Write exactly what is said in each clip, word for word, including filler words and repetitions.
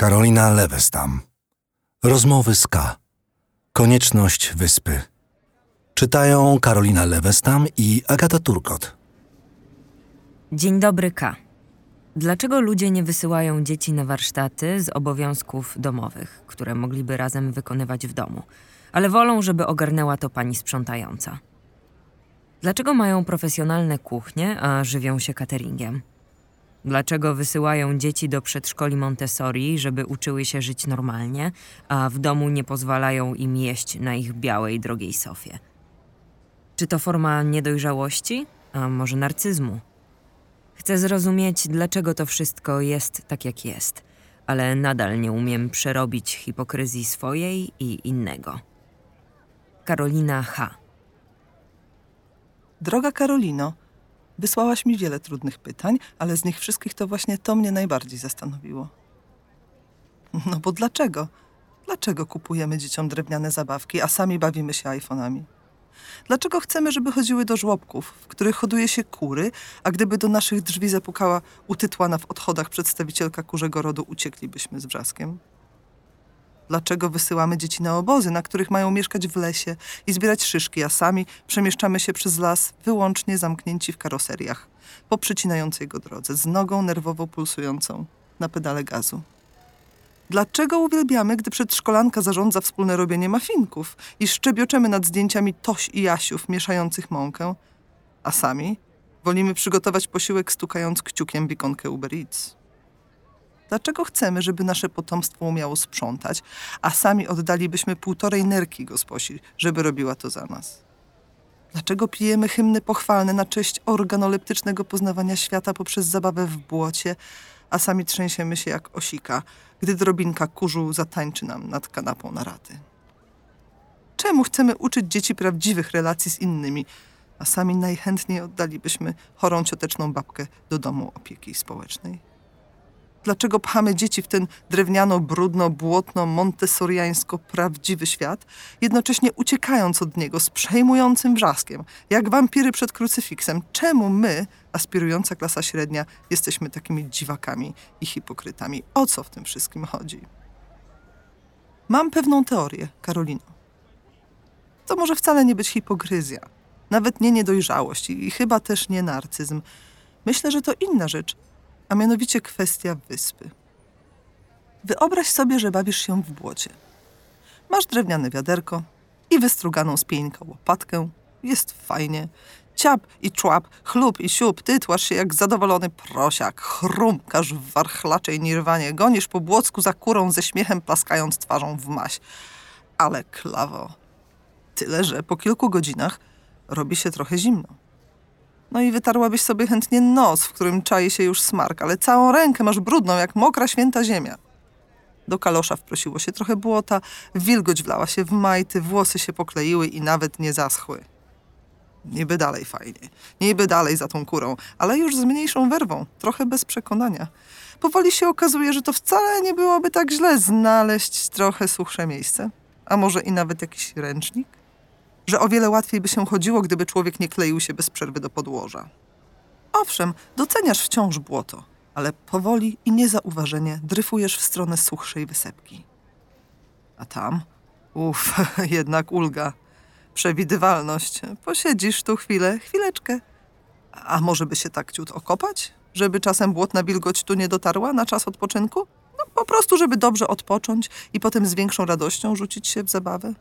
Karolina Lewestam. Rozmowy z K. Konieczność wyspy. Czytają Karolina Lewestam i Agata Turkot. Dzień dobry, K. Dlaczego ludzie nie wysyłają dzieci na warsztaty z obowiązków domowych, które mogliby razem wykonywać w domu, ale wolą, żeby ogarnęła to pani sprzątająca? Dlaczego mają profesjonalne kuchnie, a żywią się cateringiem? Dlaczego wysyłają dzieci do przedszkoli Montessori, żeby uczyły się żyć normalnie, a w domu nie pozwalają im jeść na ich białej, drogiej sofie? Czy to forma niedojrzałości, a może narcyzmu? Chcę zrozumieć, dlaczego to wszystko jest tak, jak jest, ale nadal nie umiem przerobić hipokryzji swojej i innego. Karolina H. Droga Karolino, wysłałaś mi wiele trudnych pytań, ale z nich wszystkich to właśnie to mnie najbardziej zastanowiło. No bo dlaczego? Dlaczego kupujemy dzieciom drewniane zabawki, a sami bawimy się iPhone'ami? Dlaczego chcemy, żeby chodziły do żłobków, w których hoduje się kury, a gdyby do naszych drzwi zapukała utytłana w odchodach przedstawicielka kurzego rodu, ucieklibyśmy z wrzaskiem? Dlaczego wysyłamy dzieci na obozy, na których mają mieszkać w lesie i zbierać szyszki, a sami przemieszczamy się przez las, wyłącznie zamknięci w karoseriach, po przecinającej go drodze, z nogą nerwowo pulsującą na pedale gazu? Dlaczego uwielbiamy, gdy przedszkolanka zarządza wspólne robienie muffinków i szczebioczemy nad zdjęciami Toś i Jasiów mieszających mąkę, a sami wolimy przygotować posiłek stukając kciukiem w ikonkę Uber Eats? Dlaczego chcemy, żeby nasze potomstwo umiało sprzątać, a sami oddalibyśmy półtorej nerki gosposi, żeby robiła to za nas? Dlaczego pijemy hymny pochwalne na cześć organoleptycznego poznawania świata poprzez zabawę w błocie, a sami trzęsiemy się jak osika, gdy drobinka kurzu zatańczy nam nad kanapą na raty? Czemu chcemy uczyć dzieci prawdziwych relacji z innymi, a sami najchętniej oddalibyśmy chorą cioteczną babkę do domu opieki społecznej? Dlaczego pchamy dzieci w ten drewniano, brudno, błotno, montessoriańsko prawdziwy świat, jednocześnie uciekając od niego z przejmującym wrzaskiem, jak wampiry przed krucyfiksem? Czemu my, aspirująca klasa średnia, jesteśmy takimi dziwakami i hipokrytami? O co w tym wszystkim chodzi? Mam pewną teorię, Karolino. To może wcale nie być hipokryzja, nawet nie niedojrzałość i chyba też nie narcyzm. Myślę, że to inna rzecz, a mianowicie kwestia wyspy. Wyobraź sobie, że bawisz się w błocie. Masz drewniane wiaderko i wystruganą z pieńka łopatkę. Jest fajnie. Ciap i człap, chlub i siup, ty tłasz się jak zadowolony prosiak, chrumkasz w warchlaczej nirwanie, gonisz po błocku za kurą ze śmiechem plaskając twarzą w maś. Ale klawo. Tyle, że po kilku godzinach robi się trochę zimno. No i wytarłabyś sobie chętnie nos, w którym czai się już smark, ale całą rękę masz brudną, jak mokra święta ziemia. Do kalosza wprosiło się trochę błota, wilgoć wlała się w majty, włosy się pokleiły i nawet nie zaschły. Niby dalej fajnie, niby dalej za tą kurą, ale już z mniejszą werwą, trochę bez przekonania. Powoli się okazuje, że to wcale nie byłoby tak źle znaleźć trochę suchsze miejsce, a może i nawet jakiś ręcznik? Że o wiele łatwiej by się chodziło, gdyby człowiek nie kleił się bez przerwy do podłoża. Owszem, doceniasz wciąż błoto, ale powoli i niezauważenie dryfujesz w stronę suchszej wysepki. A tam? Uff, jednak ulga. Przewidywalność. Posiedzisz tu chwilę, chwileczkę. A może by się tak ciut okopać? Żeby czasem błotna wilgoć tu nie dotarła na czas odpoczynku? No po prostu, żeby dobrze odpocząć i potem z większą radością rzucić się w zabawę?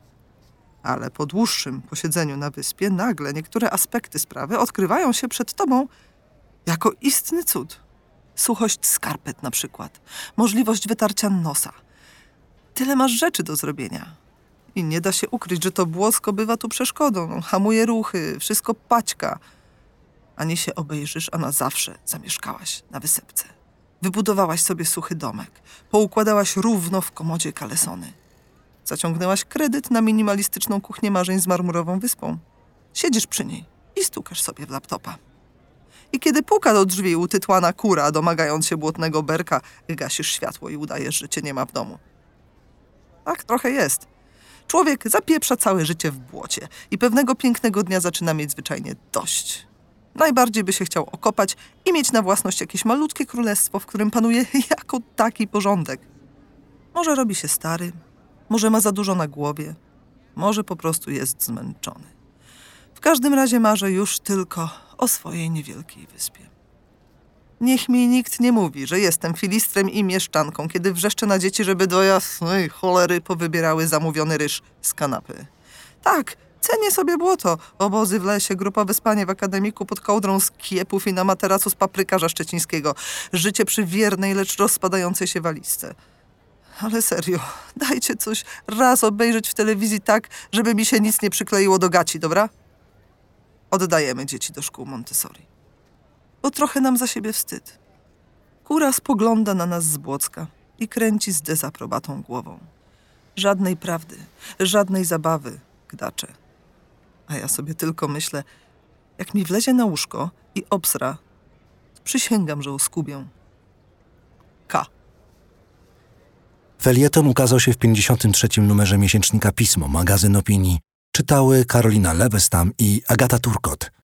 Ale po dłuższym posiedzeniu na wyspie nagle niektóre aspekty sprawy odkrywają się przed tobą jako istny cud. Suchość skarpet na przykład, możliwość wytarcia nosa. Tyle masz rzeczy do zrobienia. I nie da się ukryć, że to błosko bywa tu przeszkodą. No, hamuje ruchy, wszystko paćka. Ani się obejrzysz, a na zawsze zamieszkałaś na wysepce. Wybudowałaś sobie suchy domek, poukładałaś równo w komodzie kalesony. Zaciągnęłaś kredyt na minimalistyczną kuchnię marzeń z marmurową wyspą. Siedzisz przy niej i stukasz sobie w laptopa. I kiedy puka do drzwi utytłana kura, domagając się błotnego berka, gasisz światło i udajesz, że cię nie ma w domu. Tak trochę jest. Człowiek zapieprza całe życie w błocie i pewnego pięknego dnia zaczyna mieć zwyczajnie dość. Najbardziej by się chciał okopać i mieć na własność jakieś malutkie królestwo, w którym panuje jako taki porządek. Może robi się stary, może ma za dużo na głowie, może po prostu jest zmęczony. W każdym razie marzę już tylko o swojej niewielkiej wyspie. Niech mi nikt nie mówi, że jestem filistrem i mieszczanką, kiedy wrzeszczę na dzieci, żeby do jasnej cholery powybierały zamówiony ryż z kanapy. Tak, cenię sobie błoto, obozy w lesie, grupowe spanie w akademiku pod kołdrą z kiepów i na materacu z paprykarza szczecińskiego. Życie przy wiernej, lecz rozpadającej się walizce. Ale serio, dajcie coś raz obejrzeć w telewizji tak, żeby mi się nic nie przykleiło do gaci, dobra? Oddajemy dzieci do szkół Montessori. Bo trochę nam za siebie wstyd. Kura spogląda na nas z Błocka i kręci z dezaprobatą głową. Żadnej prawdy, żadnej zabawy, gdacze. A ja sobie tylko myślę, jak mi wlezie na łóżko i obsra, to przysięgam, że oskubię. K. Felieton ukazał się w pięćdziesiątym trzecim numerze miesięcznika Pismo, magazyn opinii. Czytały Karolina Lewestam i Agata Turkot.